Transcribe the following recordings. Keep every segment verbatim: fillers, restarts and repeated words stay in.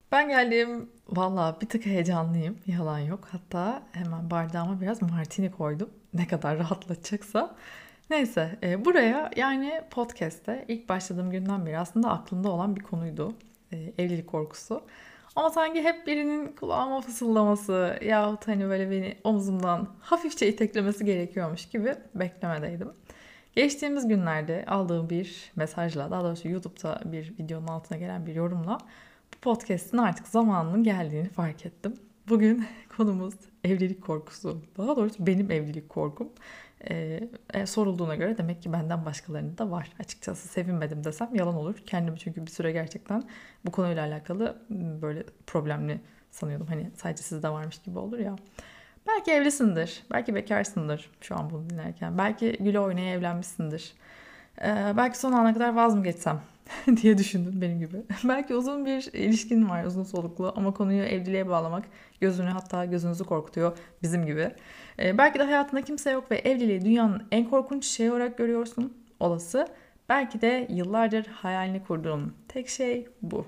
Ben geldim. Valla bir tık heyecanlıyım. Yalan yok. Hatta hemen bardağıma biraz martini koydum. Ne kadar rahatlatacaksa. Neyse e, buraya yani podcast'te ilk başladığım günden beri aslında aklımda olan bir konuydu. E, evlilik korkusu. Ama sanki hep birinin kulağıma fısıldaması yahut hani böyle beni omzumdan hafifçe iteklemesi gerekiyormuş gibi beklemedeydim. Geçtiğimiz günlerde aldığım bir mesajla, daha doğrusu YouTube'da bir videonun altına gelen bir yorumla bu podcast'in artık zamanının geldiğini fark ettim. Bugün konumuz evlilik korkusu. Daha doğrusu benim evlilik korkum. Ee, e, sorulduğuna göre demek ki benden başkalarının da var. Açıkçası sevinmedim desem yalan olur. Kendimi çünkü bir süre gerçekten bu konuyla alakalı böyle problemli sanıyordum. Hani sadece sizde varmış gibi olur ya. Belki evlisindir, belki bekarsındır şu an bunu dinlerken. Belki güle oynaya evlenmişsindir. Ee, belki son ana kadar vaz mı geçsem diye düşündün benim gibi. Belki uzun bir ilişkin var, uzun soluklu ama konuyu evliliğe bağlamak gözünü hatta gözünüzü korkutuyor bizim gibi. Ee, belki de hayatında kimse yok ve evliliği dünyanın en korkunç şeyi olarak görüyorsun. Olası. Belki de yıllardır hayalini kurduğun tek şey bu.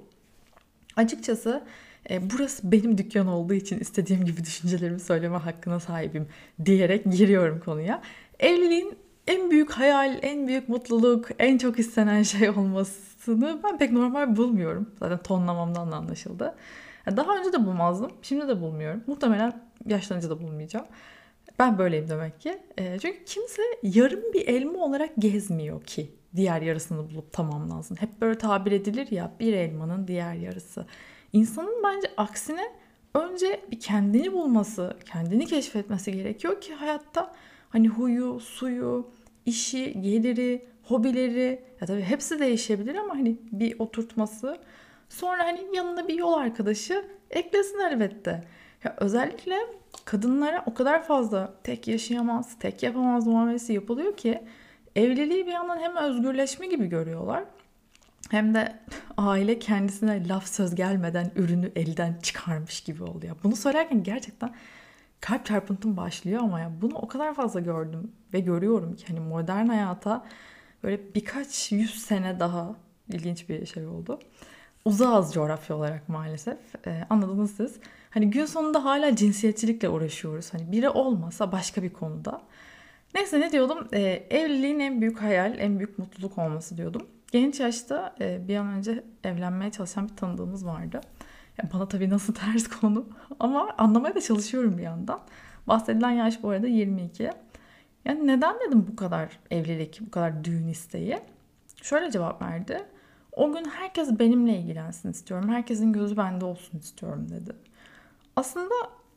Açıkçası e, burası benim dükkan olduğu için istediğim gibi düşüncelerimi söyleme hakkına sahibim diyerek giriyorum konuya. Evliliğin en büyük hayal, en büyük mutluluk, en çok istenen şey olmasını ben pek normal bulmuyorum. Zaten tonlamamdan da anlaşıldı. Daha önce de bulmazdım, şimdi de bulmuyorum. Muhtemelen yaşlanınca da bulmayacağım. Ben böyleyim demek ki. E, çünkü kimse yarım bir elma olarak gezmiyor ki diğer yarısını bulup tamamlansın. Hep böyle tabir edilir ya, bir elmanın diğer yarısı. İnsanın bence aksine önce bir kendini bulması, kendini keşfetmesi gerekiyor ki hayatta hani huyu, suyu, işi, geliri, hobileri ya tabii hepsi değişebilir ama hani bir oturtması. Sonra hani yanına bir yol arkadaşı eklesin elbette. Ya özellikle kadınlara o kadar fazla tek yaşayamaz, tek yapamaz muamelesi yapılıyor ki evliliği bir yandan hem özgürleşme gibi görüyorlar hem de aile kendisine laf söz gelmeden ürünü elden çıkarmış gibi oluyor. Bunu söylerken gerçekten kalp çarpıntım başlıyor ama ya bunu o kadar fazla gördüm ve görüyorum ki hani modern hayata böyle birkaç yüz sene daha ilginç bir şey oldu. Uzağız coğrafya olarak maalesef. Ee, anladınız siz. Hani gün sonunda hala cinsiyetçilikle uğraşıyoruz. Hani biri olmasa başka bir konuda. Neyse ne diyordum? Ee, evliliğin en büyük hayal, en büyük mutluluk olması diyordum. Genç yaşta e, bir an önce evlenmeye çalışan bir tanıdığımız vardı. Ya bana tabii nasıl ters konu ama anlamaya da çalışıyorum bir yandan. Bahsedilen yaş bu arada yirmi iki. Yani neden dedim bu kadar evlilik, bu kadar düğün isteği? Şöyle cevap verdi. O gün herkes benimle ilgilensin istiyorum. Herkesin gözü bende olsun istiyorum dedi. Aslında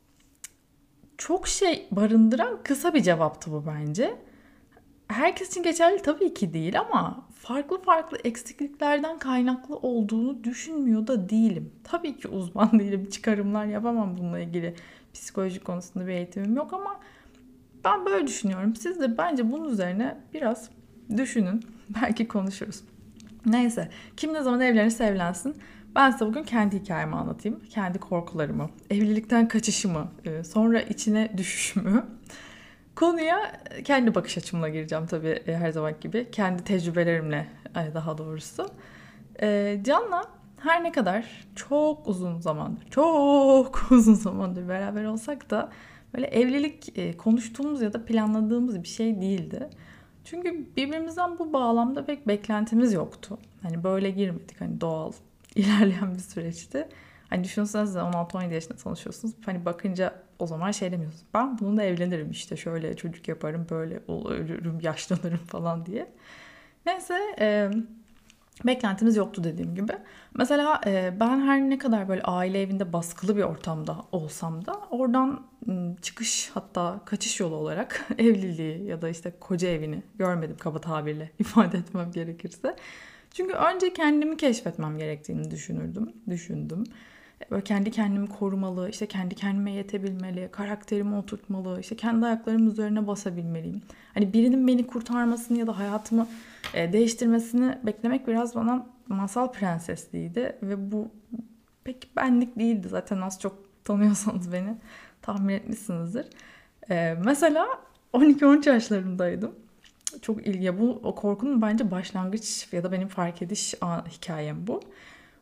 çok şey barındıran kısa bir cevaptı bu bence. Herkes için geçerli tabii ki değil ama farklı farklı eksikliklerden kaynaklı olduğunu düşünmüyor da değilim. Tabii ki uzman değilim, çıkarımlar yapamam bununla ilgili. Psikoloji konusunda bir eğitimim yok ama ben böyle düşünüyorum. Siz de bence bunun üzerine biraz düşünün. Belki konuşuruz. Neyse, kim ne zaman evlenirse evlensin. Ben size bugün kendi hikayemi anlatayım. Kendi korkularımı, evlilikten kaçışımı, e, sonra içine düşüşümü. Konuya kendi bakış açımla gireceğim tabii e, her zaman gibi. Kendi tecrübelerimle e, daha doğrusu. E, Can'la her ne kadar çok uzun zamandır, çok uzun zamandır beraber olsak da böyle evlilik e, konuştuğumuz ya da planladığımız bir şey değildi. Çünkü birbirimizden bu bağlamda pek beklentimiz yoktu. Hani böyle girmedik hani doğal ilerleyen bir süreçti. Hani düşünsenize on altı on yedi yaşında tanışıyorsunuz. Hani bakınca o zaman şey demiyorsunuz. Ben bununla evlenirim işte şöyle çocuk yaparım böyle ölürüm yaşlanırım falan diye. Neyse e, beklentimiz yoktu dediğim gibi. Mesela e, ben her ne kadar böyle aile evinde baskılı bir ortamda olsam da oradan m, çıkış hatta kaçış yolu olarak evliliği ya da işte koca evini görmedim kaba tabirle ifade etmem gerekirse. Çünkü önce kendimi keşfetmem gerektiğini düşünürdüm, düşündüm. Böyle kendi kendimi korumalı, işte kendi kendime yetebilmeli, karakterimi oturtmalı, işte kendi ayaklarımın üzerine basabilmeliyim. Hani birinin beni kurtarmasını ya da hayatımı e, değiştirmesini beklemek biraz bana masal prensesliğiydi ve bu pek benlik değildi. Zaten az çok tanıyorsanız beni tahmin etmişsinizdir. E, mesela on iki on üç yaşlarındaydım. Çok ilgi. Bu o korkunun bence başlangıç ya da benim fark ediş hikayem bu.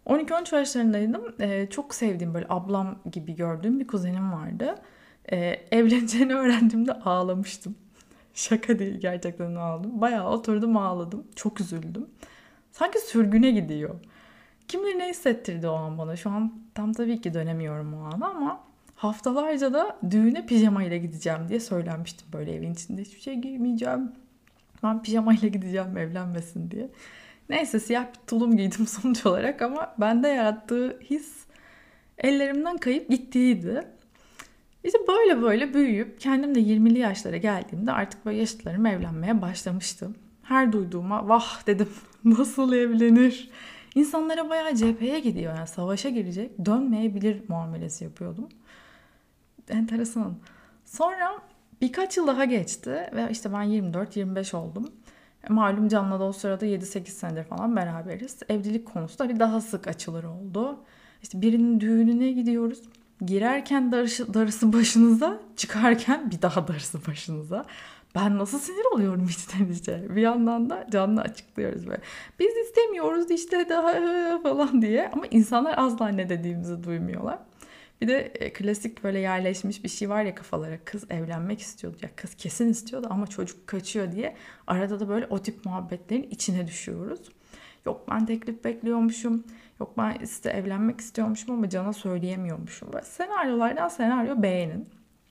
on iki on üç yaşlarındaydım. Ee, çok sevdiğim, böyle ablam gibi gördüğüm bir kuzenim vardı. Ee, evleneceğini öğrendiğimde ağlamıştım. Şaka değil, gerçekten ağladım. Bayağı oturdum ağladım. Çok üzüldüm. Sanki sürgüne gidiyor. Kim bilir ne hissettirdi o an bana. Şu an tam tabii ki dönemiyorum o ana ama haftalarca da düğüne pijamayla gideceğim diye söylenmiştim. Böyle evin içinde hiçbir şey giymeyeceğim. Ben pijamayla gideceğim evlenmesin diye. Neyse, siyah bir tulum giydim sonuç olarak ama bende yarattığı his ellerimden kayıp gittiğiydi. İşte böyle böyle büyüyüp kendim de yirmili yaşlara geldiğimde artık böyle yaşıtlarım evlenmeye başlamıştım. Her duyduğuma vah dedim, nasıl evlenir? İnsanlara bayağı cepheye gidiyor, yani savaşa girecek, dönmeyebilir muamelesi yapıyordum. Enteresan. Sonra birkaç yıl daha geçti ve işte ben yirmi dört yirmi beş oldum. E, Malum Can'la da o sırada yedi sekiz senedir falan beraberiz. Evlilik konusu da bir daha sık açılır oldu. İşte birinin düğününe gidiyoruz. Girerken darısı, darısı başınıza, çıkarken bir daha darısı başınıza. Ben nasıl sinir oluyorum içten içe. Bir yandan da Can'la açıklıyoruz böyle. Biz istemiyoruz işte daha falan diye. Ama insanlar asla ne dediğimizi duymuyorlar. Bir de e, klasik böyle yerleşmiş bir şey var ya kafalara. Kız evlenmek istiyordu. Ya kız kesin istiyordu ama çocuk kaçıyor diye. Arada da böyle o tip muhabbetlerin içine düşüyoruz. Yok ben teklif bekliyormuşum. Yok ben işte evlenmek istiyormuşum ama Can'a söyleyemiyormuşum. Böyle senaryolardan senaryo beğenin.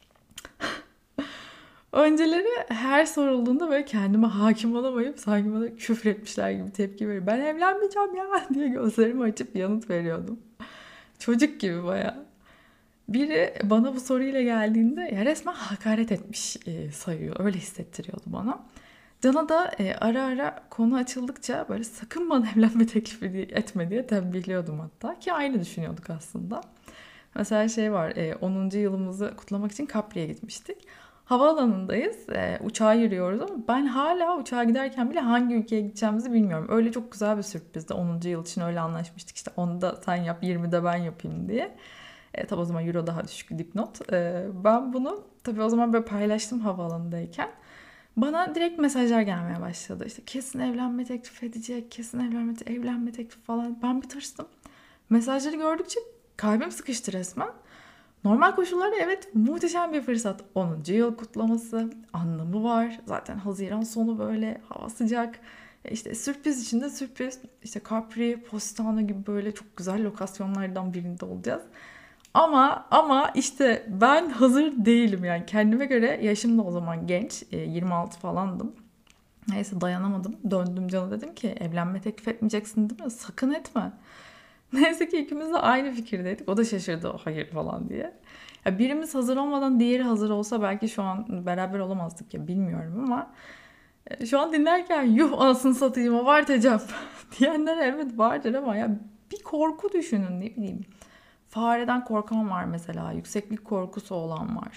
Önceleri her sorulduğunda böyle kendime hakim olamayıp sanki bana küfür etmişler gibi tepki veriyorum. Ben evlenmeyeceğim ya diye gözlerimi açıp yanıt veriyordum. Çocuk gibi bayağı. Biri bana bu soruyla geldiğinde ya resmen hakaret etmiş e, sayıyor. Öyle hissettiriyordu bana. Can'a da e, ara ara konu açıldıkça böyle sakın bana evlenme teklifi etme diye tembihliyordum hatta. Ki aynı düşünüyorduk aslında. Mesela şey var, e, onuncu yılımızı kutlamak için Capri'ye gitmiştik. Havaalanındayız, e, uçağa yürüyoruz ama ben hala uçağa giderken bile hangi ülkeye gideceğimizi bilmiyorum. Öyle çok güzel bir sürprizdi. onuncu yıl için öyle anlaşmıştık, işte onu da sen yap, yirmi de ben yapayım diye. E, tabi o zaman euro daha düşük, dipnot. E, ben bunu tabii o zaman böyle paylaştım havaalanındayken. Bana direkt mesajlar gelmeye başladı. İşte kesin evlenme teklif edecek, kesin evlenme, te- evlenme teklifi falan. Ben bir tırstım. Mesajları gördükçe kalbim sıkıştı resmen. Normal koşullarda evet muhteşem bir fırsat. onuncu yıl kutlaması, anlamı var. Zaten Haziran sonu böyle hava sıcak. E İşte sürpriz içinde sürpriz. İşte Capri, Positano gibi böyle çok güzel lokasyonlardan birinde olacağız. Ama ama işte ben hazır değilim yani. Kendime göre yaşım da o zaman genç. e, yirmi altı falandım. Neyse dayanamadım. Döndüm Can'a, dedim ki evlenme teklif etmeyeceksin değil mi? Sakın etme. Neyse ki ikimiz de aynı fikirdeydik. O da şaşırdı hayır falan diye. Ya birimiz hazır olmadan diğeri hazır olsa belki şu an beraber olamazdık ya, bilmiyorum ama e, şu an dinlerken yuh anasını satayım abartacağım diyenler evet vardır ama ya bir korku düşünün, ne bileyim. Fareden korkan var mesela. Yükseklik korkusu olan var.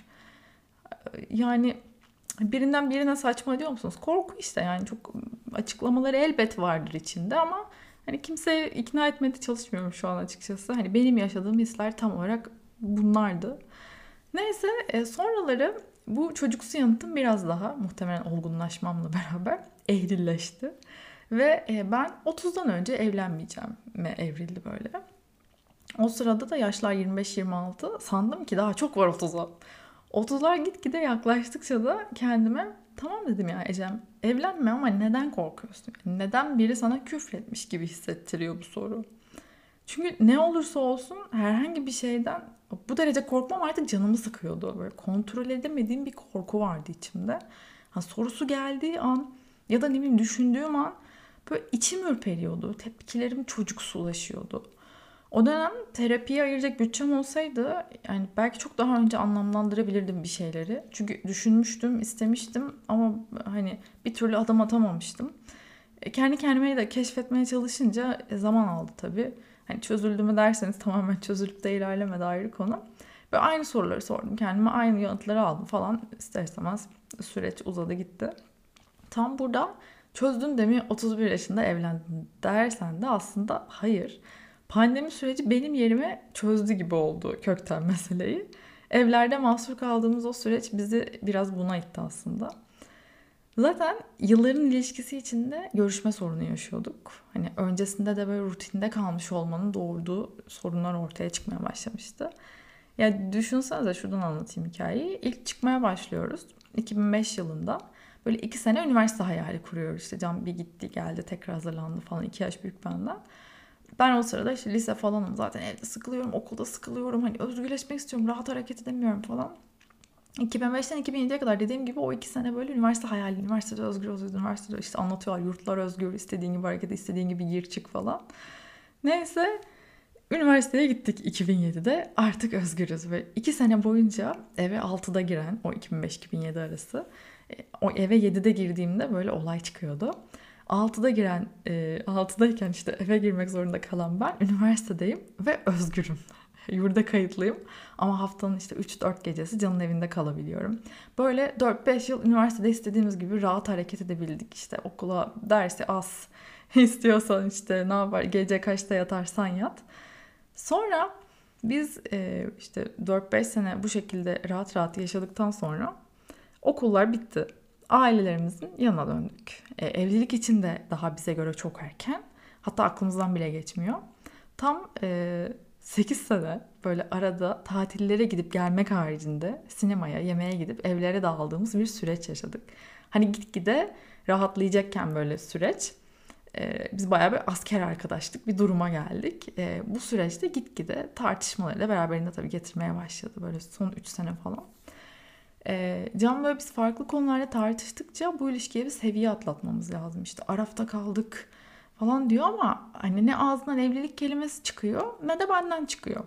Yani birinden birine saçma diyor musunuz? Korku işte, yani çok açıklamaları elbet vardır içinde ama hani kimseye ikna etmeye çalışmıyorum şu an açıkçası. Hani benim yaşadığım hisler tam olarak bunlardı. Neyse e, sonraları bu çocuksu yanıtım biraz daha muhtemelen olgunlaşmamla beraber eğrilleşti. Ve e, ben otuzdan önce evlenmeyeceğim evrildi böyle. O sırada da yaşlar yirmi beş yirmi altı. Sandım ki daha çok var otuza. otuzlar gitgide yaklaştıkça da kendime tamam dedim ya Ecem, evlenme ama neden korkuyorsun? Neden biri sana küfretmiş gibi hissettiriyor bu soru? Çünkü ne olursa olsun herhangi bir şeyden bu derece korkmam artık canımı sıkıyordu. Böyle kontrol edemediğim bir korku vardı içimde. Ha, sorusu geldiği an ya da ne bileyim düşündüğüm an böyle içim ürperiyordu. Tepkilerim çocuksulaşıyordu. O dönem terapiye ayıracak bütçem olsaydı yani belki çok daha önce anlamlandırabilirdim bir şeyleri. Çünkü düşünmüştüm, istemiştim ama hani bir türlü adım atamamıştım. E, Kendi kendime de keşfetmeye çalışınca e, zaman aldı tabii. Hani çözüldü mü derseniz tamamen çözülüp de ilerlemedi, ayrı konu. Ve aynı soruları sordum kendime, aynı yanıtları aldım falan. İster istemez süreç uzadı gitti. Tam burada çözdün de mi otuz bir yaşında evlendin dersen de aslında hayır. Pandemi süreci benim yerime çözdü gibi oldu kökten meseleyi. Evlerde mahsur kaldığımız o süreç bizi biraz buna itti aslında. Zaten yılların ilişkisi içinde görüşme sorunu yaşıyorduk. Hani öncesinde de böyle rutinde kalmış olmanın doğurduğu sorunlar ortaya çıkmaya başlamıştı. Ya düşünsenize, şuradan anlatayım hikayeyi. İlk çıkmaya başlıyoruz. iki bin beş yılında. Böyle iki sene üniversite hayali kuruyoruz. İşte Can bir gitti geldi tekrar hazırlandı falan. iki yaş büyük benden. Ben o sırada işte lise falanım zaten, evde sıkılıyorum, okulda sıkılıyorum. Hani özgürleşmek istiyorum, rahat hareket edemiyorum falan. iki bin beşten iki bin yediye kadar dediğim gibi o iki sene böyle üniversite hayali. Üniversitede özgür özgür, üniversitede işte anlatıyorlar. Yurtlar özgür, istediğin gibi hareket, istediğin gibi gir çık falan. Neyse, üniversiteye gittik iki bin yedide. Artık özgürüz ve iki sene boyunca eve altıda giren, o iki bin beş iki bin yedi arası, e, o eve yedide girdiğimde böyle olay çıkıyordu. altıda giren, e, altıdayken işte eve girmek zorunda kalan ben üniversitedeyim ve özgürüm. Yurda kayıtlıyım ama haftanın işte üç dört gecesi Can'ın evinde kalabiliyorum. Böyle dört beş yıl üniversitede istediğimiz gibi rahat hareket edebildik. İşte okula, dersi az, istiyorsan işte ne yapar, gece kaçta yatarsan yat. Sonra biz e, işte dört beş sene bu şekilde rahat rahat yaşadıktan sonra okullar bitti. Ailelerimizin yanına döndük. E, evlilik için de daha bize göre çok erken. Hatta aklımızdan bile geçmiyor. Tam e, sekiz sene böyle arada tatillere gidip gelmek haricinde sinemaya, yemeğe gidip evlere dağıldığımız bir süreç yaşadık. Hani gitgide rahatlayacakken böyle süreç. E, biz bayağı bir asker arkadaşlık bir duruma geldik. E, bu süreçte gitgide tartışmaları da beraberinde tabii getirmeye başladı. Böyle son üç sene falan. E, Can böyle biz farklı konularda tartıştıkça bu ilişkiye bir seviye atlatmamız lazım. İşte Araf'ta kaldık falan diyor ama hani ne ağzından evlilik kelimesi çıkıyor ne de benden çıkıyor.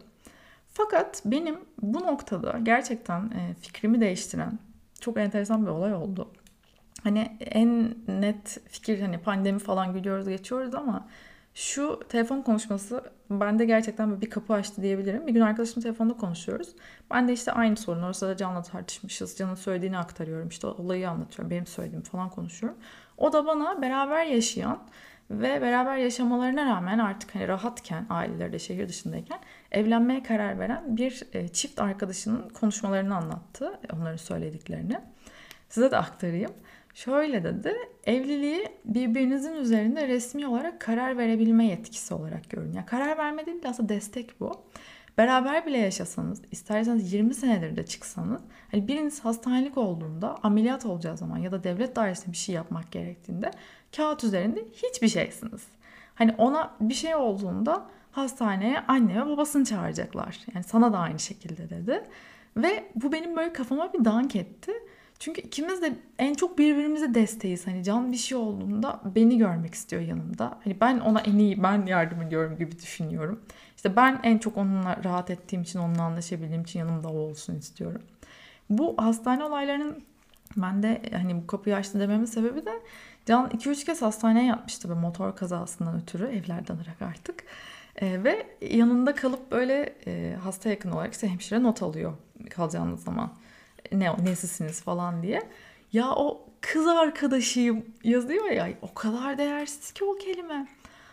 Fakat benim bu noktada gerçekten e, fikrimi değiştiren çok enteresan bir olay oldu. Hani en net fikir, hani pandemi falan gülüyoruz geçiyoruz ama şu telefon konuşması bende gerçekten böyle bir kapı açtı diyebilirim. Bir gün arkadaşımla telefonda konuşuyoruz. Ben de işte aynı sorun. Orada da Can'la tartışmışız. Can'ın söylediğini aktarıyorum. İşte olayı anlatıyorum. Benim söylediğimi falan konuşuyorum. O da bana beraber yaşayan ve beraber yaşamalarına rağmen artık hani rahatken, aileleri de şehir dışındayken evlenmeye karar veren bir e, çift arkadaşının konuşmalarını anlattı. Onların söylediklerini. Size de aktarayım. Şöyle dedi, evliliği birbirinizin üzerinde resmi olarak karar verebilme yetkisi olarak görün. Yani karar verme değil de aslında destek bu. Beraber bile yaşasanız, isterseniz yirmi senedir de çıksanız, hani biriniz hastanelik olduğunda, ameliyat olacağı zaman ya da devlet dairesinde bir şey yapmak gerektiğinde kağıt üzerinde hiçbir şeysiniz. Hani ona bir şey olduğunda hastaneye anne ve babasını çağıracaklar. Yani sana da aynı şekilde dedi. Ve bu benim böyle kafama bir dank etti. Çünkü ikimiz de en çok birbirimize desteğiz. Hani Can bir şey olduğunda beni görmek istiyor yanımda. Hani ben ona en iyi ben yardım ediyorum gibi düşünüyorum. İşte ben en çok onunla rahat ettiğim için, onunla anlaşabildiğim için yanımda o olsun istiyorum. Bu hastane olaylarının bende hani bu kapıyı açtı dememin sebebi de Can iki üç kez hastaneye yatmıştı böyle motor kazasından ötürü, evlerden ırak artık. Ee, ve yanında kalıp böyle e, hasta yakın olarak işte hemşire not alıyor kalacağınız zaman. Ne nesisiniz falan diye. Ya o kız arkadaşıyım yazıyor ya, o kadar değersiz ki o kelime.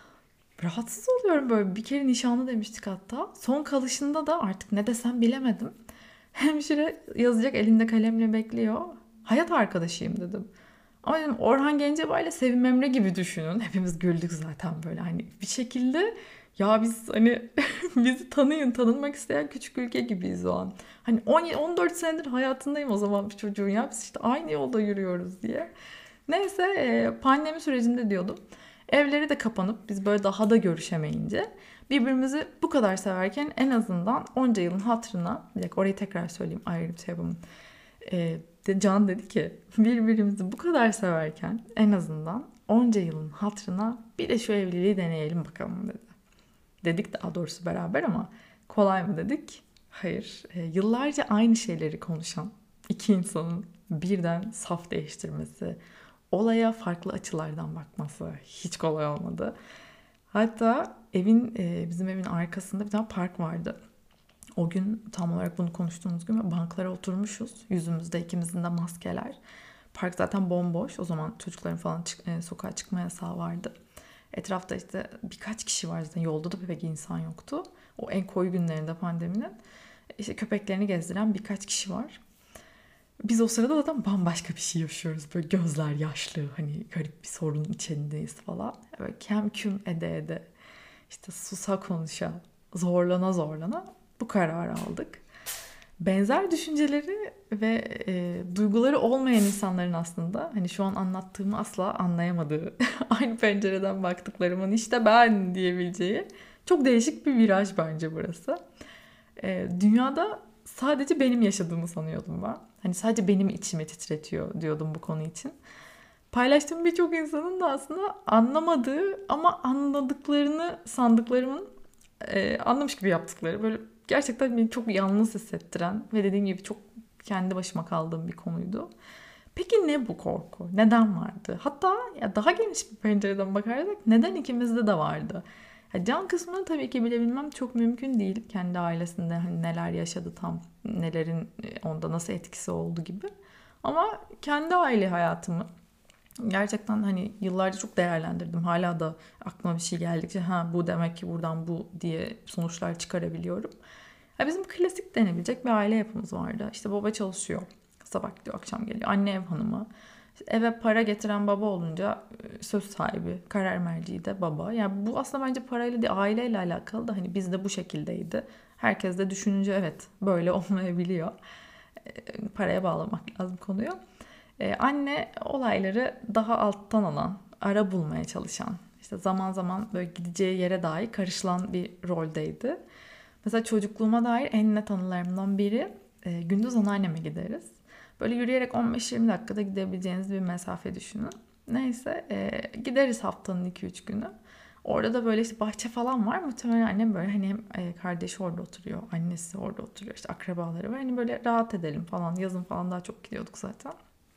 Rahatsız oluyorum böyle. Bir kere nişanlı demiştik hatta. Son kalışında da artık ne desem bilemedim. Hemşire yazacak, elinde kalemle bekliyor. Hayat arkadaşıyım dedim. Ama dedim Orhan Gencebay ile Sevim Emre gibi düşünün. Hepimiz güldük zaten böyle hani bir şekilde. Ya biz hani bizi tanıyın, tanınmak isteyen küçük ülke gibiyiz o an. Hani on on dört senedir hayatındayım o zaman bir çocuğun, ya biz işte aynı yolda yürüyoruz diye. Neyse e, pandemi sürecinde diyordum. Evleri de kapanıp biz böyle daha da görüşemeyince birbirimizi bu kadar severken en azından onca yılın hatırına, bir dakika orayı tekrar söyleyeyim ayrı bir şey yapalım. E, de Can dedi ki birbirimizi bu kadar severken en azından onca yılın hatırına bir de şu evliliği deneyelim bakalım dedi. Dedik daha doğrusu beraber ama kolay mı dedik? Hayır. E, yıllarca aynı şeyleri konuşan iki insanın birden saf değiştirmesi, olaya farklı açılardan bakması hiç kolay olmadı. Hatta evin e, bizim evin arkasında bir tane park vardı. O gün tam olarak bunu konuştuğumuz gün banklara oturmuşuz. Yüzümüzde ikimizin de maskeler. Park zaten bomboş. O zaman çocukların falan çık, e, sokağa çıkma yasağı vardı. Etrafta işte birkaç kişi var zaten. Yolda da pek insan yoktu. O en koyu günlerinde pandeminin. İşte köpeklerini gezdiren birkaç kişi var. Biz o sırada zaten bambaşka bir şey yaşıyoruz. Böyle gözler yaşlı, hani garip bir sorun içindeyiz falan. Böyle kem küm ede ede, işte susa konuşa, zorlana zorlana bu kararı aldık. Benzer düşünceleri ve e, duyguları olmayan insanların aslında hani şu an anlattığımı asla anlayamadığı, aynı pencereden baktıklarımın işte ben diyebileceği çok değişik bir viraj bence burası. E, dünyada sadece benim yaşadığımı sanıyordum ben. Hani sadece benim içimi titretiyor diyordum bu konu için. Paylaştığım birçok insanın da aslında anlamadığı ama anladıklarını sandıklarımın e, anlamış gibi yaptıkları, böyle gerçekten beni çok yalnız hissettiren ve dediğim gibi çok kendi başıma kaldığım bir konuydu. Peki ne bu korku? Neden vardı? Hatta ya daha geniş bir pencereden bakarsak neden ikimizde de vardı? Ya can kısmını tabii ki bilebilmem çok mümkün değil. Kendi ailesinde hani neler yaşadı, tam nelerin e, onda nasıl etkisi oldu gibi. Ama kendi aile hayatımı gerçekten hani yıllarca çok değerlendirdim. Hala da aklıma bir şey geldikçe ha bu demek ki buradan bu diye sonuçlar çıkarabiliyorum. Ya bizim klasik denebilecek bir aile yapımız vardı. İşte baba çalışıyor. Sabah gidiyor, akşam geliyor. Anne ev hanımı. İşte eve para getiren baba olunca söz sahibi, karar merci de baba. Yani bu aslında bence parayla değil, aileyle alakalı da hani bizde bu şekildeydi. Herkes de düşününce evet böyle olmayabiliyor. Paraya bağlamak lazım konuyu. Ee, anne olayları daha alttan alan, ara bulmaya çalışan, işte zaman zaman böyle gideceği yere dair karışılan bir roldeydi. Mesela çocukluğuma dair en net anılarımdan biri e, gündüz anneanneme gideriz. Böyle yürüyerek on beş yirmi dakikada gidebileceğiniz bir mesafe düşünün. Neyse e, gideriz haftanın iki üç günü. Orada da böyle işte bahçe falan var. Muhtemelen annem böyle hani hem e, kardeşi orada oturuyor, annesi orada oturuyor, işte akrabaları var. Hani böyle rahat edelim falan. Yazın falan daha çok gidiyorduk zaten.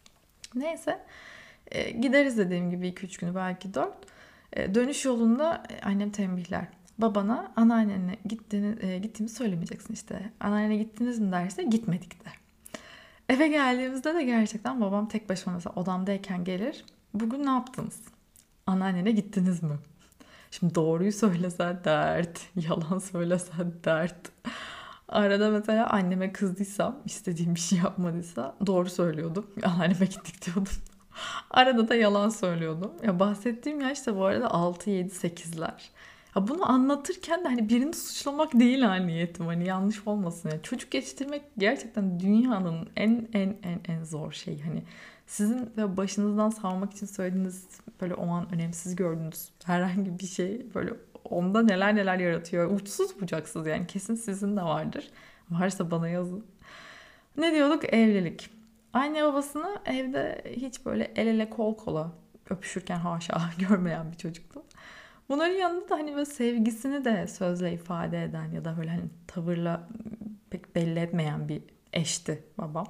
Neyse e, gideriz dediğim gibi iki üç günü, belki dört. E, dönüş yolunda e, annem tembihler. Babana anneannene gittiğini, e, gittiğimi söylemeyeceksin işte. Anneannene gittiniz mi derse gitmedik de. Eve geldiğimizde de gerçekten babam tek başıma mesela odamdayken gelir. Bugün ne yaptınız? Anneannene gittiniz mi? Şimdi doğruyu söylesen dert, yalan söylesen dert. Arada mesela anneme kızdıysam, istediğim bir şey yapmadıysa doğru söylüyordum. Anneanneme gittik diyordum. Arada da yalan söylüyordum. Ya bahsettiğim yaşta bu arada altı yedi sekizler. Ya bunu anlatırken de hani birini suçlamak değil ha niyetim. Hani yanlış olmasın. Yani çocuk yetiştirmek gerçekten dünyanın en en en en zor şeyi. Hani sizin ve başınızdan savmak için söylediğiniz, böyle o an önemsiz gördüğünüz herhangi bir şey böyle onda neler neler yaratıyor. Uçsuz bucaksız, yani kesin sizin de vardır. Varsa bana yazın. Ne diyorduk? Evlilik. Anne babasını evde hiç böyle el ele kol kola öpüşürken haşa görmeyen bir çocuktu. Bunların yanında da hani böyle sevgisini de sözle ifade eden ya da böyle hani tavırla pek belli etmeyen bir eşti babam.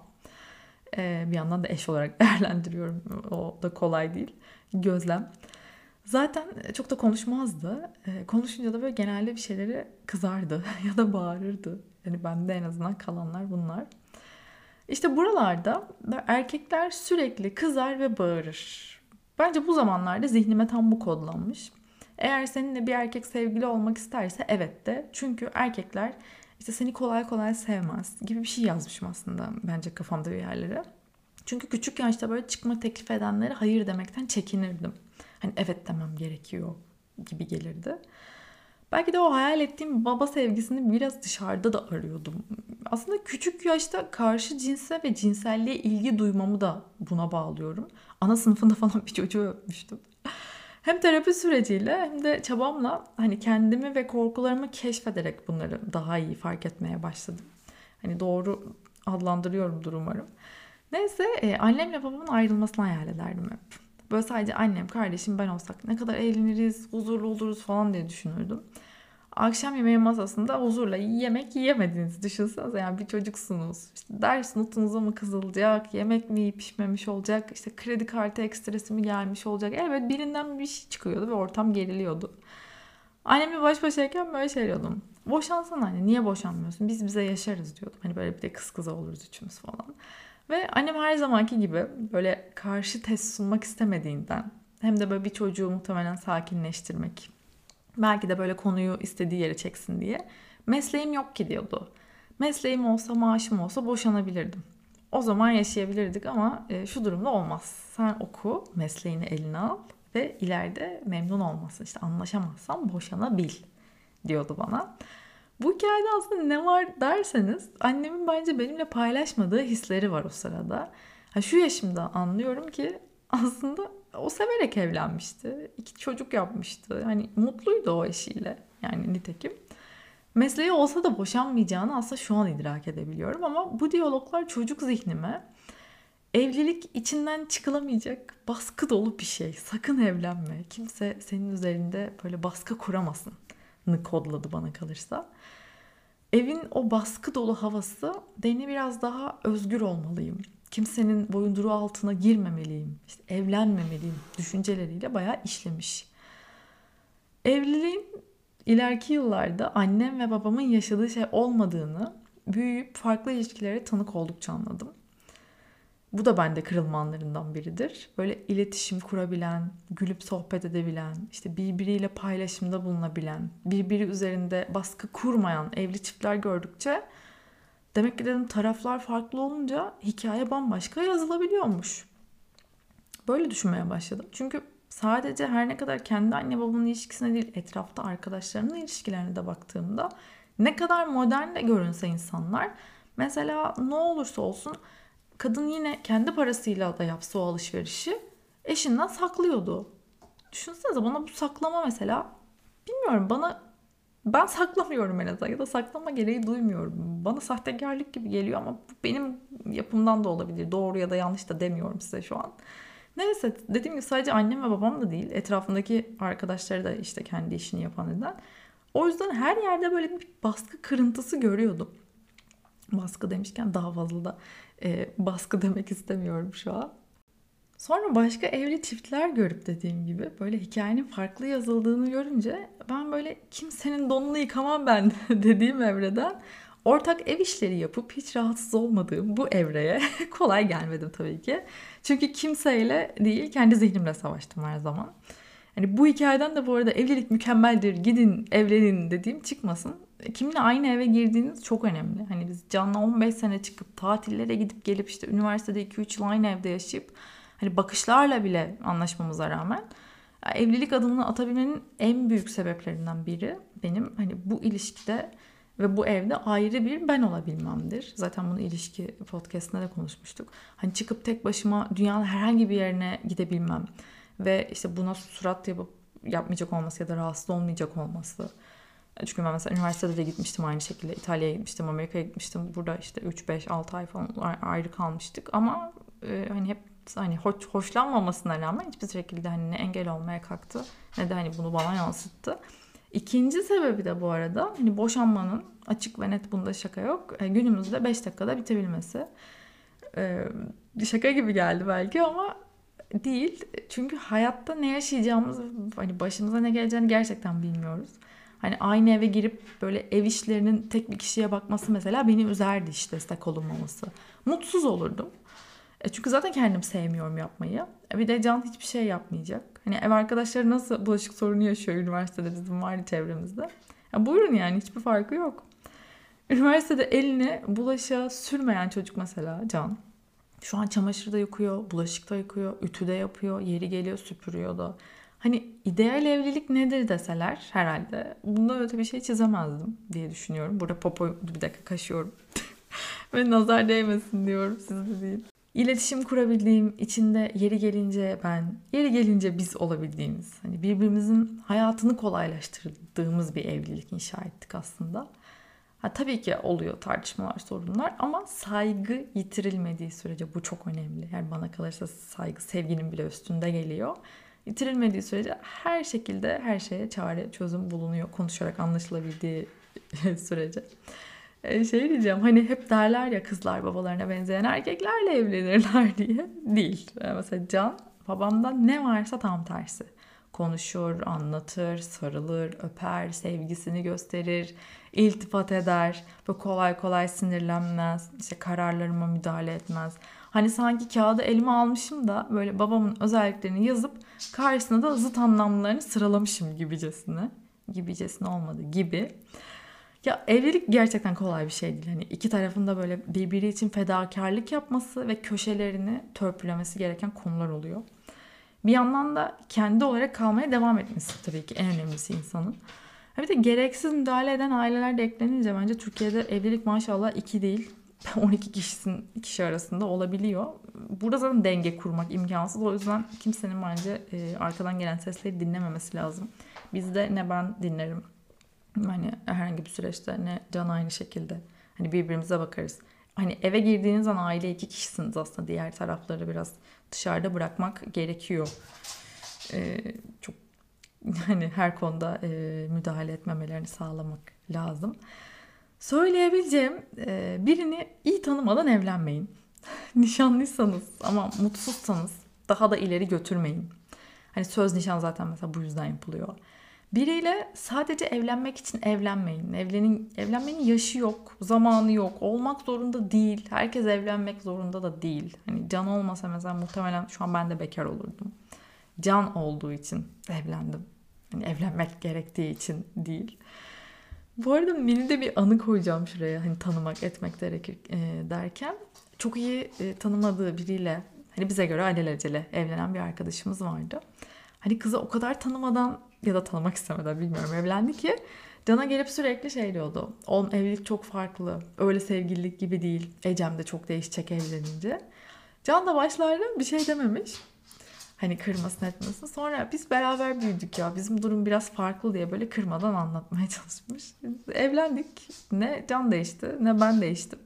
Ee, bir yandan da eş olarak değerlendiriyorum. O da kolay değil. Gözlem. Zaten çok da konuşmazdı. Ee, konuşunca da böyle genelde bir şeyleri kızardı ya da bağırırdı. Yani bende en azından kalanlar bunlar. İşte buralarda erkekler sürekli kızar ve bağırır. Bence bu zamanlarda zihnime tam bu kodlanmış. Eğer seninle bir erkek sevgili olmak isterse evet de. Çünkü erkekler işte seni kolay kolay sevmez gibi bir şey yazmışım aslında bence kafamda bir yerlere. Çünkü küçük yaşta böyle çıkma teklif edenlere hayır demekten çekinirdim. Hani evet demem gerekiyor gibi gelirdi. Belki de o hayal ettiğim baba sevgisini biraz dışarıda da arıyordum. Aslında küçük yaşta karşı cinse ve cinselliğe ilgi duymamı da buna bağlıyorum. Ana sınıfında falan bir çocuğu öpmüştüm. Hem terapi süreciyle hem de çabamla hani kendimi ve korkularımı keşfederek bunları daha iyi fark etmeye başladım. Hani doğru adlandırıyorumdur umarım. Neyse e, annemle babamın ayrılmasını hayal ederdim hep. Böyle sadece annem, kardeşim, ben olsak ne kadar eğleniriz, huzurlu oluruz falan diye düşünürdüm. Akşam yemeği masasında huzurla yemek yiyemediğinizi düşünsenize, yani bir çocuksunuz. İşte ders notunuza mı kızılacak, yemek mi yiyip pişmemiş olacak, işte kredi kartı ekstresi mi gelmiş olacak. Evet, birinden bir şey çıkıyordu ve ortam geriliyordu. Annemle baş başayken böyle şey diyordum. Boşansana anne, niye boşanmıyorsun? Biz bize yaşarız diyordum. Hani böyle bir de kız kıza oluruz üçümüz falan. Ve annem her zamanki gibi böyle karşı test sunmak istemediğinden, hem de böyle bir çocuğu muhtemelen sakinleştirmek, belki de böyle konuyu istediği yere çeksin diye, mesleğim yok ki diyordu. Mesleğim olsa, maaşım olsa boşanabilirdim. o zaman yaşayabilirdik ama e, şu durumda olmaz. Sen oku, mesleğini eline al ve ileride memnun olmasın. İşte anlaşamazsan boşanabil diyordu bana. Bu hikayede aslında ne var derseniz annemin bence benimle paylaşmadığı hisleri var o sırada. Ha, şu yaşımda anlıyorum ki aslında o severek evlenmişti. İki çocuk yapmıştı. Hani mutluydu o eşiyle. Yani nitekim. Mesleği olsa da boşanmayacağını aslında şu an idrak edebiliyorum. Ama bu diyaloglar çocuk zihnime evlilik içinden çıkılamayacak baskı dolu bir şey. Sakın evlenme. Kimse senin üzerinde böyle baskı kuramasın kodladı bana kalırsa. Evin o baskı dolu havası beni biraz daha özgür olmalıyım. Kimsenin boyunduruğu altına girmemeliyim. İşte evlenmemeliyim düşünceleriyle bayağı işlemiş. Evliliğin ileriki yıllarda annem ve babamın yaşadığı şey olmadığını büyüyüp farklı ilişkilere tanık oldukça anladım. Bu da bende kırılma anlarından biridir. Böyle iletişim kurabilen, gülüp sohbet edebilen, işte birbiriyle paylaşımda bulunabilen, birbiri üzerinde baskı kurmayan evli çiftler gördükçe demek ki dedim taraflar farklı olunca hikaye bambaşka yazılabiliyormuş. Böyle düşünmeye başladım. Çünkü sadece her ne kadar kendi anne babanın ilişkisine değil, etrafta arkadaşlarının ilişkilerine de baktığımda ne kadar modern de görünse insanlar, mesela ne olursa olsun kadın yine kendi parasıyla da yapsa o alışverişi eşinden saklıyordu. Düşünsenize, bana bu saklama mesela, bilmiyorum, bana, ben saklamıyorum en azından ya da saklama gereği duymuyorum. Bana sahtekarlık gibi geliyor ama bu benim yapımdan da olabilir. Doğru ya da yanlış da demiyorum size şu an. Neyse, dediğim gibi sadece annem ve babam da değil, etrafındaki arkadaşları da işte kendi işini yapan neden. O yüzden her yerde böyle bir baskı kırıntısı görüyordum. Baskı demişken daha fazla da e, baskı demek istemiyorum şu an. Sonra başka evli çiftler görüp dediğim gibi böyle hikayenin farklı yazıldığını görünce ben böyle kimsenin donunu yıkamam ben dediğim evreden ortak ev işleri yapıp hiç rahatsız olmadığım bu evreye kolay gelmedim tabii ki. Çünkü kimseyle değil, kendi zihnimle savaştım her zaman. Yani bu hikayeden de bu arada evlilik mükemmeldir, gidin evlenin dediğim çıkmasın. Kiminle aynı eve girdiğiniz çok önemli. Hani biz Can'la on beş sene çıkıp tatillere gidip gelip işte üniversitede iki üç yıl aynı evde yaşayıp hani bakışlarla bile anlaşmamıza rağmen evlilik adımını atabilmenin en büyük sebeplerinden biri benim hani bu ilişkide ve bu evde ayrı bir ben olabilmemdir. Zaten bunu ilişki podcast'ında da konuşmuştuk. Hani çıkıp tek başıma dünyanın herhangi bir yerine gidebilmem ve işte buna surat yapıp yapmayacak olması ya da rahatsız olmayacak olması. Çünkü ben mesela üniversitede de gitmiştim aynı şekilde. İtalya'ya gitmiştim, Amerika'ya gitmiştim. Burada işte üç beş altı ay falan ayrı kalmıştık. Ama e, hani hep hani hoş, hoşlanmamasına rağmen hiçbir şekilde hani ne engel olmaya kalktı ne de hani bunu bana yansıttı. İkinci sebebi de bu arada hani boşanmanın açık ve net, bunda şaka yok, e, günümüzde beş dakikada bitebilmesi. E, şaka gibi geldi belki ama değil. Çünkü hayatta ne yaşayacağımızı, hani başımıza ne geleceğini gerçekten bilmiyoruz. Hani aynı eve girip böyle ev işlerinin tek bir kişiye bakması mesela beni üzerdi, işte destek olunmaması. Mutsuz olurdum. E çünkü zaten kendim sevmiyorum yapmayı. E bir de Can hiçbir şey yapmayacak. Hani ev arkadaşları nasıl bulaşık sorunu yaşıyor üniversitede, bizim vardı çevremizde. Ya buyurun, yani hiçbir farkı yok. Üniversitede eline bulaşığa sürmeyen çocuk mesela Can. Şu an çamaşır da yıkıyor, bulaşık da yıkıyor, ütü de yapıyor, yeri geliyor süpürüyor da. Hani ideal evlilik nedir deseler herhalde bundan öte bir şey çizemezdim diye düşünüyorum. Burada popo bir dakika kaşıyorum. Ve nazar değmesin diyorum, siz de değil. İletişim kurabildiğim, içinde yeri gelince ben, yeri gelince biz olabildiğimiz, hani birbirimizin hayatını kolaylaştırdığımız bir evlilik inşa ettik aslında. Ha, tabii ki oluyor tartışmalar, sorunlar ama saygı yitirilmediği sürece bu çok önemli. Yani bana kalırsa saygı sevginin bile üstünde geliyor. Yitirilmediği sürece her şekilde her şeye çare, çözüm bulunuyor. Konuşarak anlaşılabildiği sürece. Ee, şey diyeceğim, hani hep derler ya kızlar babalarına benzeyen erkeklerle evlenirler diye. Değil. Ee, mesela Can babamdan ne varsa tam tersi. Konuşur, anlatır, sarılır, öper, sevgisini gösterir, iltifat eder. Böyle kolay kolay sinirlenmez, işte kararlarıma müdahale etmez. Hani sanki kağıdı elime almışım da böyle babamın özelliklerini yazıp karşısına da zıt anlamlarını sıralamışım gibicesine. Gibicesine olmadı gibi. Ya evlilik gerçekten kolay bir şey değil. Hani iki tarafın da böyle birbiri için fedakarlık yapması ve köşelerini törpülemesi gereken konular oluyor. Bir yandan da kendi olarak kalmaya devam etmesi tabii ki en önemlisi insanın. Ha bir de gereksiz müdahale eden aileler de eklenince bence Türkiye'de evlilik maşallah iki değil on iki kişinin kişi arasında olabiliyor. Burada zaten denge kurmak imkansız. O yüzden kimsenin bence e, arkadan gelen sesleri dinlememesi lazım. Bizde ne ben dinlerim. Hani herhangi bir süreçte ne Can aynı şekilde. Hani birbirimize bakarız. Hani eve girdiğiniz zaman aile iki kişisiniz aslında. Diğer tarafları biraz dışarıda bırakmak gerekiyor. Ee, çok hani her konuda e, müdahale etmemelerini sağlamak lazım. Söyleyebileceğim e, birini iyi tanımadan evlenmeyin. Nişanlıysanız ama mutsuzsanız daha da ileri götürmeyin. Hani söz nişan zaten mesela bu yüzden yapılıyor. Biriyle sadece evlenmek için evlenmeyin. Evlenin, evlenmenin yaşı yok, zamanı yok, olmak zorunda değil. Herkes evlenmek zorunda da değil. Hani Can olmasa mesela muhtemelen şu an ben de bekar olurdum. Can olduğu için evlendim. Hani evlenmek gerektiği için değil. Bu arada mini de bir anı koyacağım şuraya. Hani tanımak, etmek gerekir e, derken. Çok iyi e, tanımadığı biriyle, hani bize göre alelacele evlenen bir arkadaşımız vardı. Hani kızı o kadar tanımadan ya da tanımak istemeden bilmiyorum evlendi ki Can'a gelip sürekli şey diyordu. Oğlum evlilik çok farklı. Öyle sevgililik gibi değil. Ecem de çok değişecek evlenince. Can da başlarda bir şey dememiş. Hani kırmasın etmesin. Sonra biz beraber büyüdük ya. Bizim durum biraz farklı diye böyle kırmadan anlatmaya çalışmış. Evlendik. Ne Can değişti ne ben değiştim.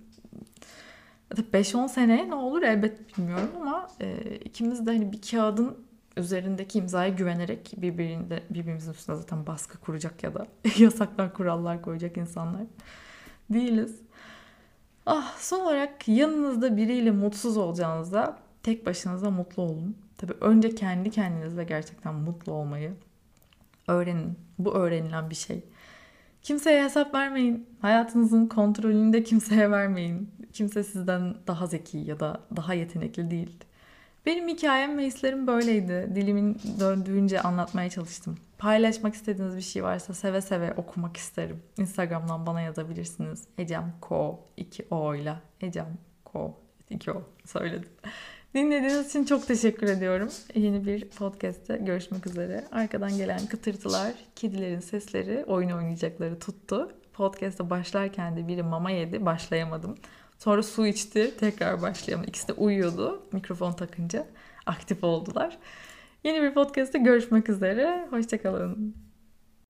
beş on seneye ne olur elbet bilmiyorum ama e, ikimiz de hani bir kağıdın üzerindeki imzaya güvenerek birbirinde, birbirimizin üstüne zaten baskı kuracak ya da yasaklar, kurallar koyacak insanlar değiliz. Ah, son olarak yanınızda biriyle mutsuz olacağınızda tek başınıza mutlu olun. Tabii önce kendi kendinizle gerçekten mutlu olmayı öğrenin. Bu öğrenilen bir şey. Kimseye hesap vermeyin. Hayatınızın kontrolünü de kimseye vermeyin. Kimse sizden daha zeki ya da daha yetenekli değil. Benim hikayem ve hislerim böyleydi. Dilimin döndüğünce anlatmaya çalıştım. Paylaşmak istediğiniz bir şey varsa seve seve okumak isterim. Instagram'dan bana yazabilirsiniz. Ecem Ko iki O ile Ecem Ko iki O söyledim. Dinlediğiniz için çok teşekkür ediyorum. Yeni bir podcast'te görüşmek üzere. Arkadan gelen kıtırtılar, kedilerin sesleri, oyun oynayacakları tuttu. Podcast'a başlarken de biri mama yedi, başlayamadım. Sonra su içti, tekrar başlayamadım. İkisi de uyuyordu mikrofon takınca. Aktif oldular. Yeni bir podcast'te görüşmek üzere. Hoşça kalın.